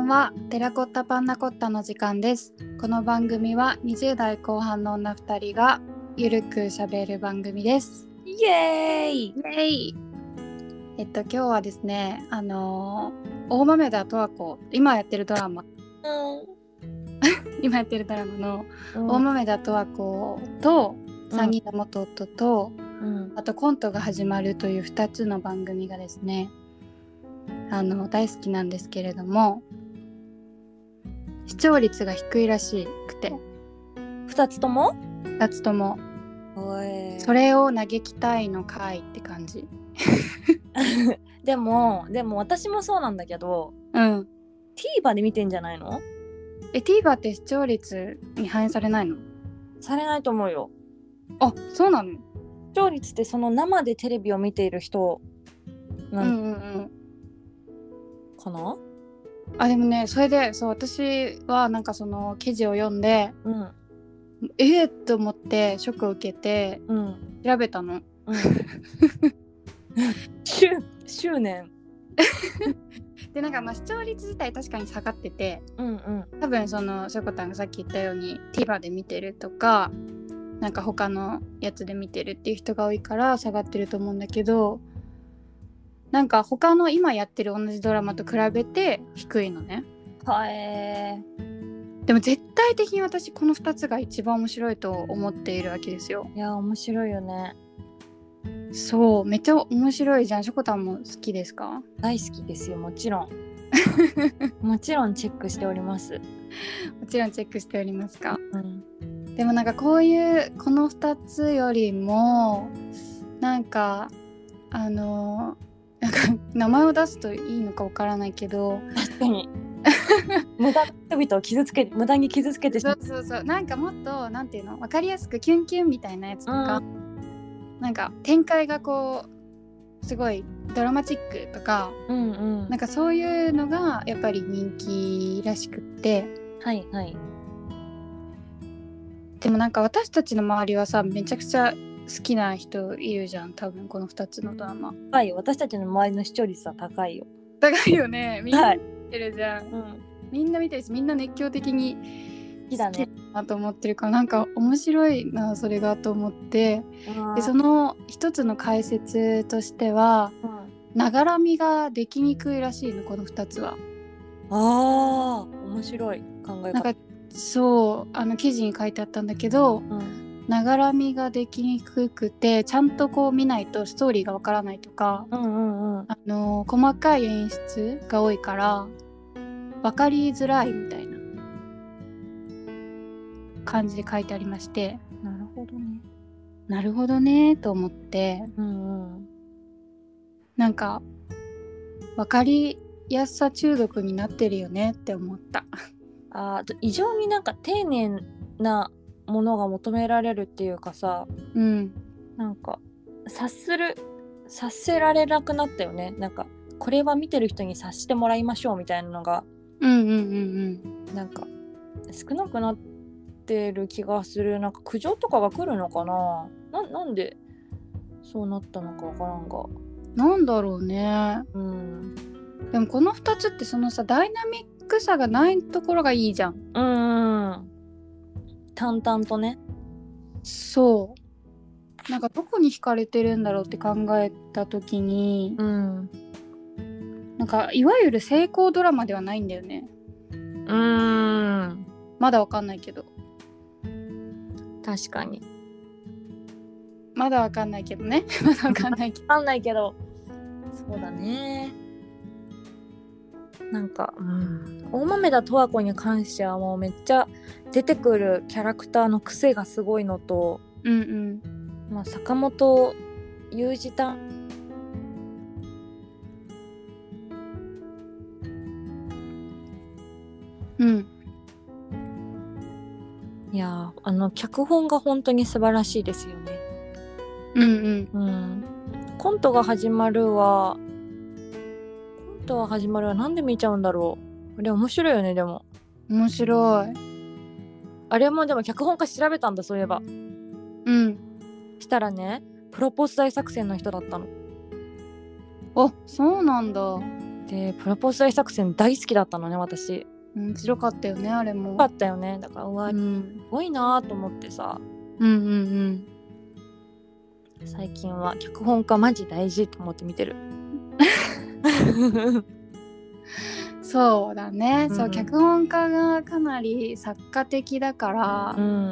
んは。テラコッタパンナコッタの時間です。この番組は20代後半の女2人がゆるく喋る番組です。 イエーイ。 イエーイ。今日はですね、大豆田十和子、今やってるドラマの大豆田十和子と3人の元夫と、あとコントが始まるという2つの番組がですね、大好きなんですけれども、視聴率が低いらしくて、 2つともそれを嘆きたいのかいって感じでも私もそうなんだけど、TVer で見てんじゃないの ？TVer って視聴率に反映されないの？ されないと思うよ。 あ、そうなの？視聴率ってその生でテレビを見ている人かな？ あ、でもね、それで私はなんかその記事を読んで、と思ってショックを受けて、調べたの。 執念で、なんか視聴率自体確かに下がってて、多分そのしょこたんがさっき言ったように TVer で見てるとか、なんか他のやつで見てるっていう人が多いから下がってると思うんだけど、なんか他の今やってる同じドラマと比べて低いのね。でも絶対的に私この2つが一番面白いと思っているわけですよ。 いや面白いよね。 そう、めっちゃ面白いじゃん。しょこたんも好きですか？ 大好きですよ、もちろんもちろんチェックしております。 もちろんチェックしておりますか？でもなんかこの2つよりもなんかなんか名前を出すといいのかわからないけど、 確かに無駄な人々を無駄に傷つけてしまう。 そうなんかもっとなんていうの、わかりやすくキュンキュンみたいなやつとか、なんか展開がこうすごいドラマチックとか、なんかそういうのがやっぱり人気らしくって、でもなんか私たちの周りはさ、めちゃくちゃ好きな人いるじゃん、多分この2つのドラマ。 はい、私たちの周りの視聴率は高いよ。 高いよね。みんな見てるじゃん、みんな見てるし、みんな熱狂的に好きだなと思ってるから、なんか面白いなそれがと思って、でその一つの解説としては、ながらみができにくいらしいの、この2つは。 面白い考え方。 なんかそう記事に書いてあったんだけど、ながらみができにくくて、ちゃんとこう見ないとストーリーがわからないとか、細かい演出が多いからわかりづらいみたいな感じで書いてありまして、なるほどねと思って、なんかわかりやすさ中毒になってるよねって思った。 異常になんか丁寧なものが求められるっていうかさ、なんか察せられなくなったよね。なんかこれは見てる人に察してもらいましょうみたいなのが、なんか少なくなってる気がする。なんか苦情とかが来るのかな。なんでそうなったのかわからんが、なんだろうね。 でもこの2つってそのさ、ダイナミックさがないところがいいじゃん。 淡々とね。 そうなんかどこに惹かれてるんだろうって考えた時に、なんかいわゆる成功ドラマではないんだよね。まだわかんないけど。 確かにまだわかんないけどねまだわかんないけどそうだね。なんか、大豆田十和子に関してはもうめっちゃ出てくるキャラクターの癖がすごいのと、坂本雄二さんいや脚本が本当に素晴らしいですよね。コントが始まるはなんで見ちゃうんだろう。あれ面白いよね。でも面白い。 あれもでも脚本家調べたんだ、そういえば。したらね、プロポーズ大作戦の人だったの。 あ、そうなんだ。 でプロポーズ大作戦大好きだったのね私。 面白かったよねあれも。 よかったよね。だからすごいなと思ってさ。最近は脚本家マジ大事と思って見てる。 そうだね、そう脚本家がかなり作家的だから、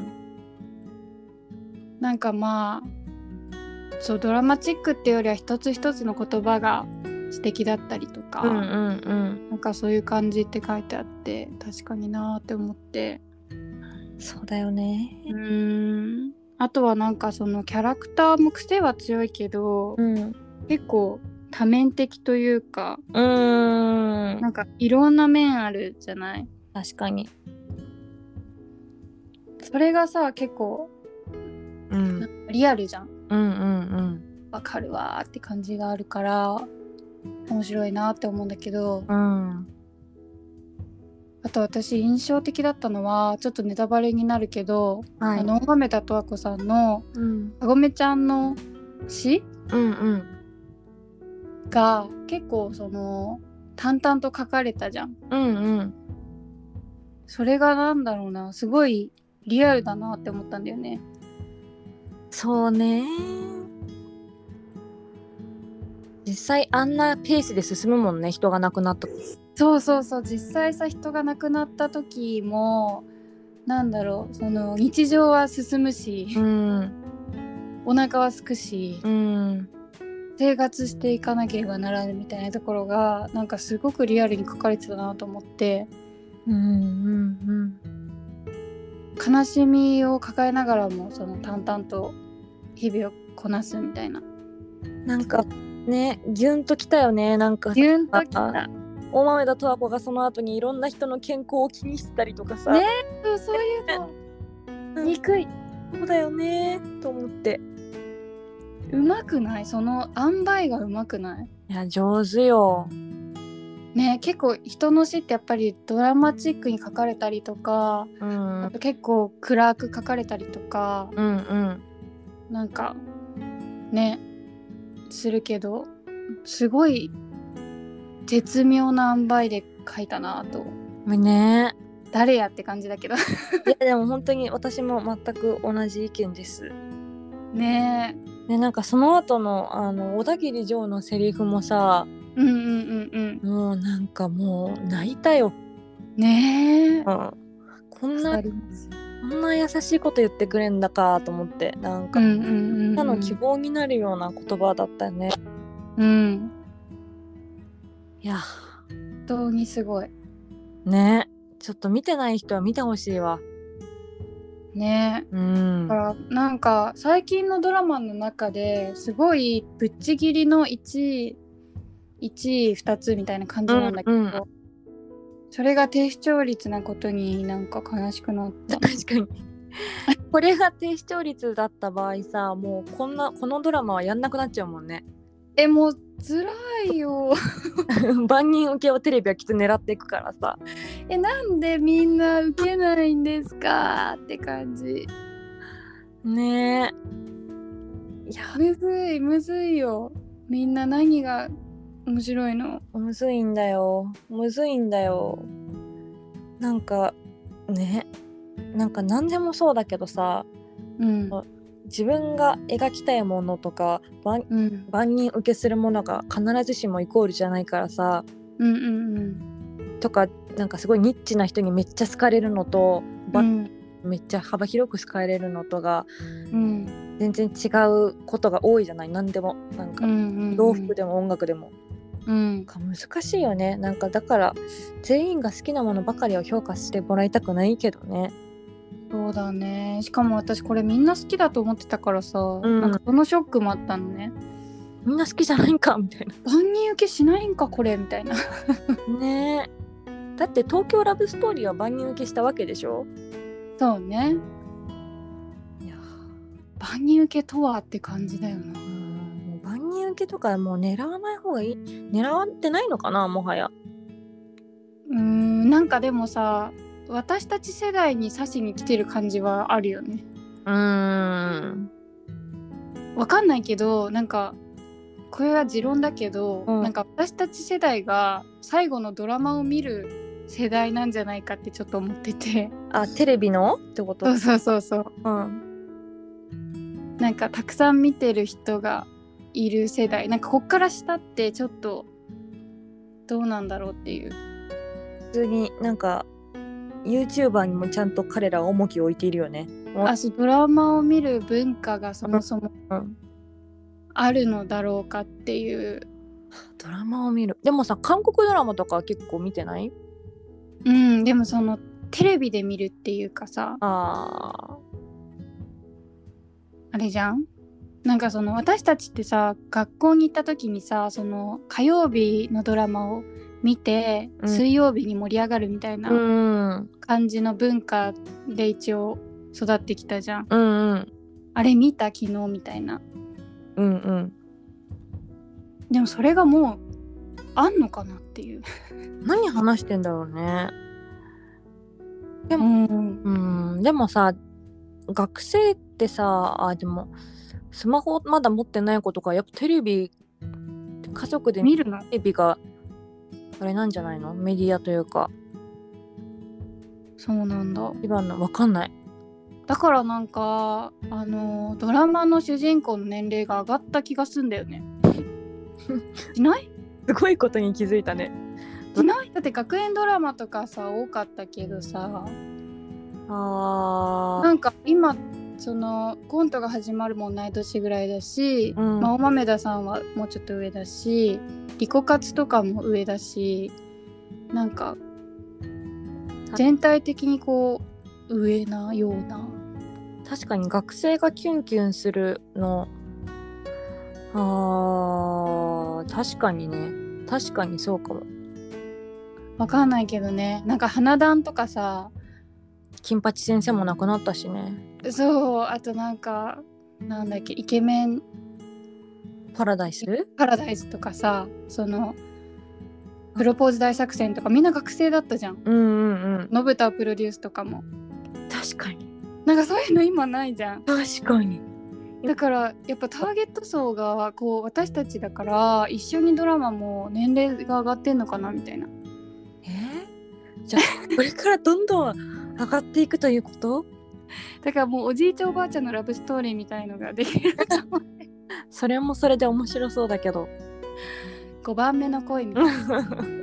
なんかまあそうドラマチックっていうよりは一つ一つの言葉が素敵だったりとか、なんかそういう感じって書いてあって確かになーって思って。 そうだよね。 あとはなんかそのキャラクターも癖は強いけど、結構多面的というか、なんかいろんな面あるじゃない。 確かに。 それがさ結構、リアルじゃん。わかるわーって感じがあるから面白いなって思うんだけど、あと私印象的だったのはちょっとネタバレになるけど、大豆田十和子さんのかごめちゃんの詩、が結構その淡々と書かれたじゃん。それがなんだろうな、すごいリアルだなって思ったんだよね。 そうね。実際あんなペースで進むもんね、人が亡くなった。 そう実際さ人が亡くなった時もなんだろう、その日常は進むし、お腹は空くし、生活していかなければならぬみたいなところがなんかすごくリアルに書かれてたなと思って、悲しみを抱えながらもその淡々と日々をこなすみたいな、 なんかねギュンときたよね。なんかギュンときた。 大豆田十和子がその後にいろんな人の健康を気にしたりとかさ、 ね、そういうの憎い。 そうだよねと思って。 うまくない？その塩梅がうまくない？ いや上手よね。結構人の詩ってやっぱりドラマチックに書かれたりとか、あと結構暗く書かれたりとか、なんかねするけど、すごい絶妙な塩梅で書いたなと。 ね。 誰やって感じだけどいやでも本当に私も全く同じ意見ですね。 なんかその後の小田切丈のセリフもさ、もうなんかもう泣いたよね。こんな優しいこと言ってくれんだかと思って、なんか他の希望になるような言葉だったよね。いや本当にすごいね。ちょっと見てない人は見てほしいわね。だからなんか最近のドラマの中ですごいぶっちぎりの1位2つみたいな感じなんだけど、それが低視聴率なことになんか悲しくなった。 確かにこれが低視聴率だった場合さ、もうこのドラマはやんなくなっちゃうもんね。 もう辛いよ万人受けをテレビはきっと狙っていくからさ。 なんでみんな受けないんですかって感じね。いやむずいよ。みんな何が面白いの？ むずいんだよ。なんかね、なんか何でもそうだけどさ、自分が描きたいものとか万人受けするものが必ずしもイコールじゃないからさ、とかなんかすごいニッチな人にめっちゃ好かれるのと、めっちゃ幅広く好かれるのとが、全然違うことが多いじゃない。何でもなんか、洋服でも音楽でも、難しいよね。なんかだから全員が好きなものばかりを評価してもらいたくないけどね。 そうだね。しかも私これみんな好きだと思ってたからさ、なんかそのショックもあったのね。 みんな好きじゃないんかみたいな。 万人受けしないんかこれみたいなね。だって東京ラブストーリーは万人受けしたわけでしょ。 そうね。いや万人受けとはって感じだよな。 もう万人受けとかもう狙わない方がいい。狙わってないのかな、もはや。 なんかでもさ、私たち世代に刺しに来てる感じはあるよね。わかんないけど、なんかこれは持論だけど、なんか私たち世代が最後のドラマを見る世代なんじゃないかってちょっと思ってて。 テレビのってこと？ そう、なんかたくさん見てる人がいる世代、なんかこっから下ってちょっとどうなんだろうっていう。 普通になんか YouTuber にもちゃんと彼らは重きを置いているよね。 そう、ドラマを見る文化がそもそもあるのだろうかっていう。 ドラマを見る。でもさ、韓国ドラマとか結構見てない？ でもそのテレビで見るっていうかさ、あれじゃん。なんかその私たちってさ、学校に行った時にさ、その火曜日のドラマを見て、水曜日に盛り上がるみたいな感じの文化で一応育ってきたじゃん。あれ見た昨日みたいな。でもそれがもうあんのかなっていう。 何話してんだろうね。でも、でもさ、学生ってさ、でもスマホまだ持ってない子とかやっぱテレビ、家族で見るの？テレビがあれなんじゃないの？メディアというか。 そうなんだ。 今の分かんない。 だからなんかドラマの主人公の年齢が上がった気がすんだよね。しない？ すごいことに気づいたね。 しない？だって学園ドラマとかさ多かったけどさ、なんか今そのコントが始まるも同い年ぐらいだし、大豆田さんはもうちょっと上だし、リコカツとかも上だし、なんか全体的にこう上なような。 確かに学生がキュンキュンするの、確かにね、確かにそうかも。 わかんないけどね、なんか花壇とかさ、 金八先生も亡くなったしね。 そう、あとなんかなんだっけ、イケメンパラダイスとかさ、そのプロポーズ大作戦とかみんな学生だったじゃん。信太プロデュースとかも。 確かに。 なんかそういうの今ないじゃん。 確かに。 だからやっぱターゲット層がこう私たちだから、一緒にドラマも年齢が上がってんのかなみたいな。 じゃあこれからどんどん上がっていくということ？ だからもうおじいちゃんおばあちゃんのラブストーリーみたいのができるかもね。 それもそれで面白そうだけど。 5番目の恋みたいな。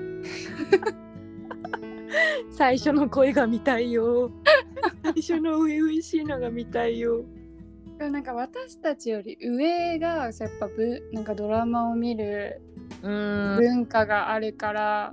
最初の恋が見たいよ。最初の初々しいのが見たいよ。 なんか私たちより上がやっぱなんかドラマを見る文化があるから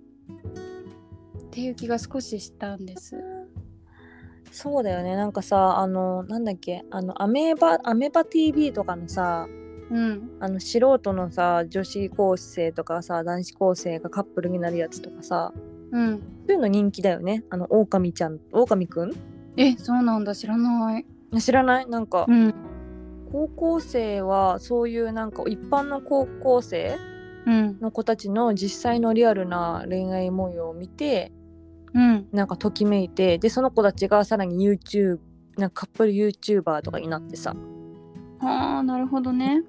っていう気が少ししたんです。 そうだよね。なんかさ、なんだっけ、アメバ TV とかのさ、素人のさ女子高生とかさ男子高生がカップルになるやつとかさ、そういうの人気だよね。狼くん。 そうなんだ、知らない。 知らない？なんか、高校生はそういうなんか一般の高校生の子たちの実際のリアルな恋愛模様を見て、なんかときめいて、でその子たちがさらに YouTube なんかカップル YouTuber とかになってさ。 なるほどね。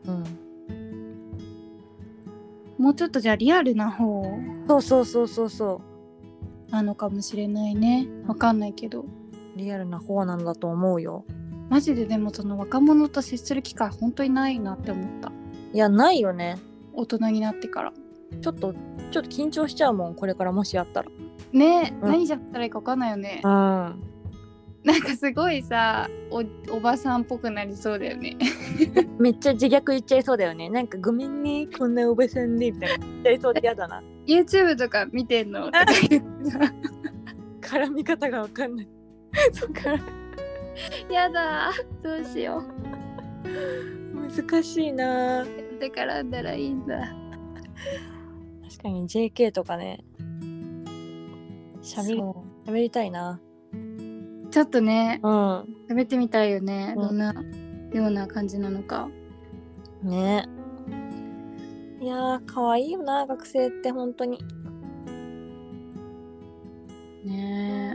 もうちょっとじゃあリアルな方そうなのかもしれないね。わかんないけどリアルな方なんだと思うよ。 マジで。でもその若者と接する機会本当にないなって思った。 いや、ないよね。 大人になってからちょっと緊張しちゃうもん、これからもしやったらね。何じゃったらいいか分かんないよね。なんかすごいさ おばさんっぽくなりそうだよね。 めっちゃ自虐言っちゃいそうだよね。なんかごめんねこんなおばさんでみたいな言っちゃいそうでやだな。 YouTube とか見てんのとか言ってさ絡み方が分かんない。そっからやだ、どうしよう。難しいな。 で絡んだらいいんだ。 確かに JK とかね、喋りたいな。 ちょっとね、喋ってみたいよね。どんなような感じなのかね。いやー可愛いよな、学生って本当にね。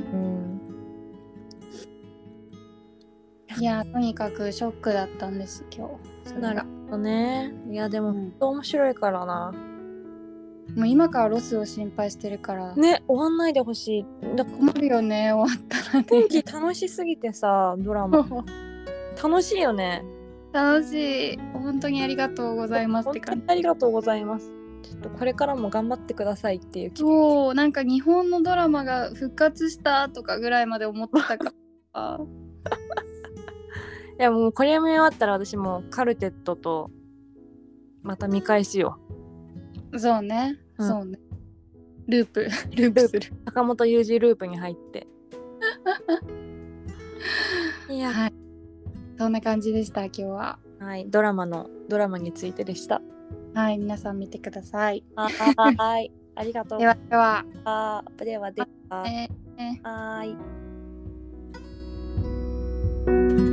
いやとにかくショックだったんです今日。それがだね。いやでも本当面白いからな。 もう今からロスを心配してるからね、終わんないでほしい。 困るよね、終わったらね。 今期楽しすぎてさ、ドラマ楽しいよね。 楽しい。本当にありがとうございますって感じ。 本当にありがとうございます。ちょっとこれからも頑張ってくださいっていう気持ち。 そう、なんか日本のドラマが復活したとかぐらいまで思ってたからいやもうこれ見終わったら私もカルテットとまた見返すよ。 そうね、そうね。ループする。 坂本雄二ループに入って。いや、 はい。そんな感じでした今日は。 はい、ドラマについてでした。 はい、皆さん見てください。 はい、ありがとう。 ではでは。 では。はい。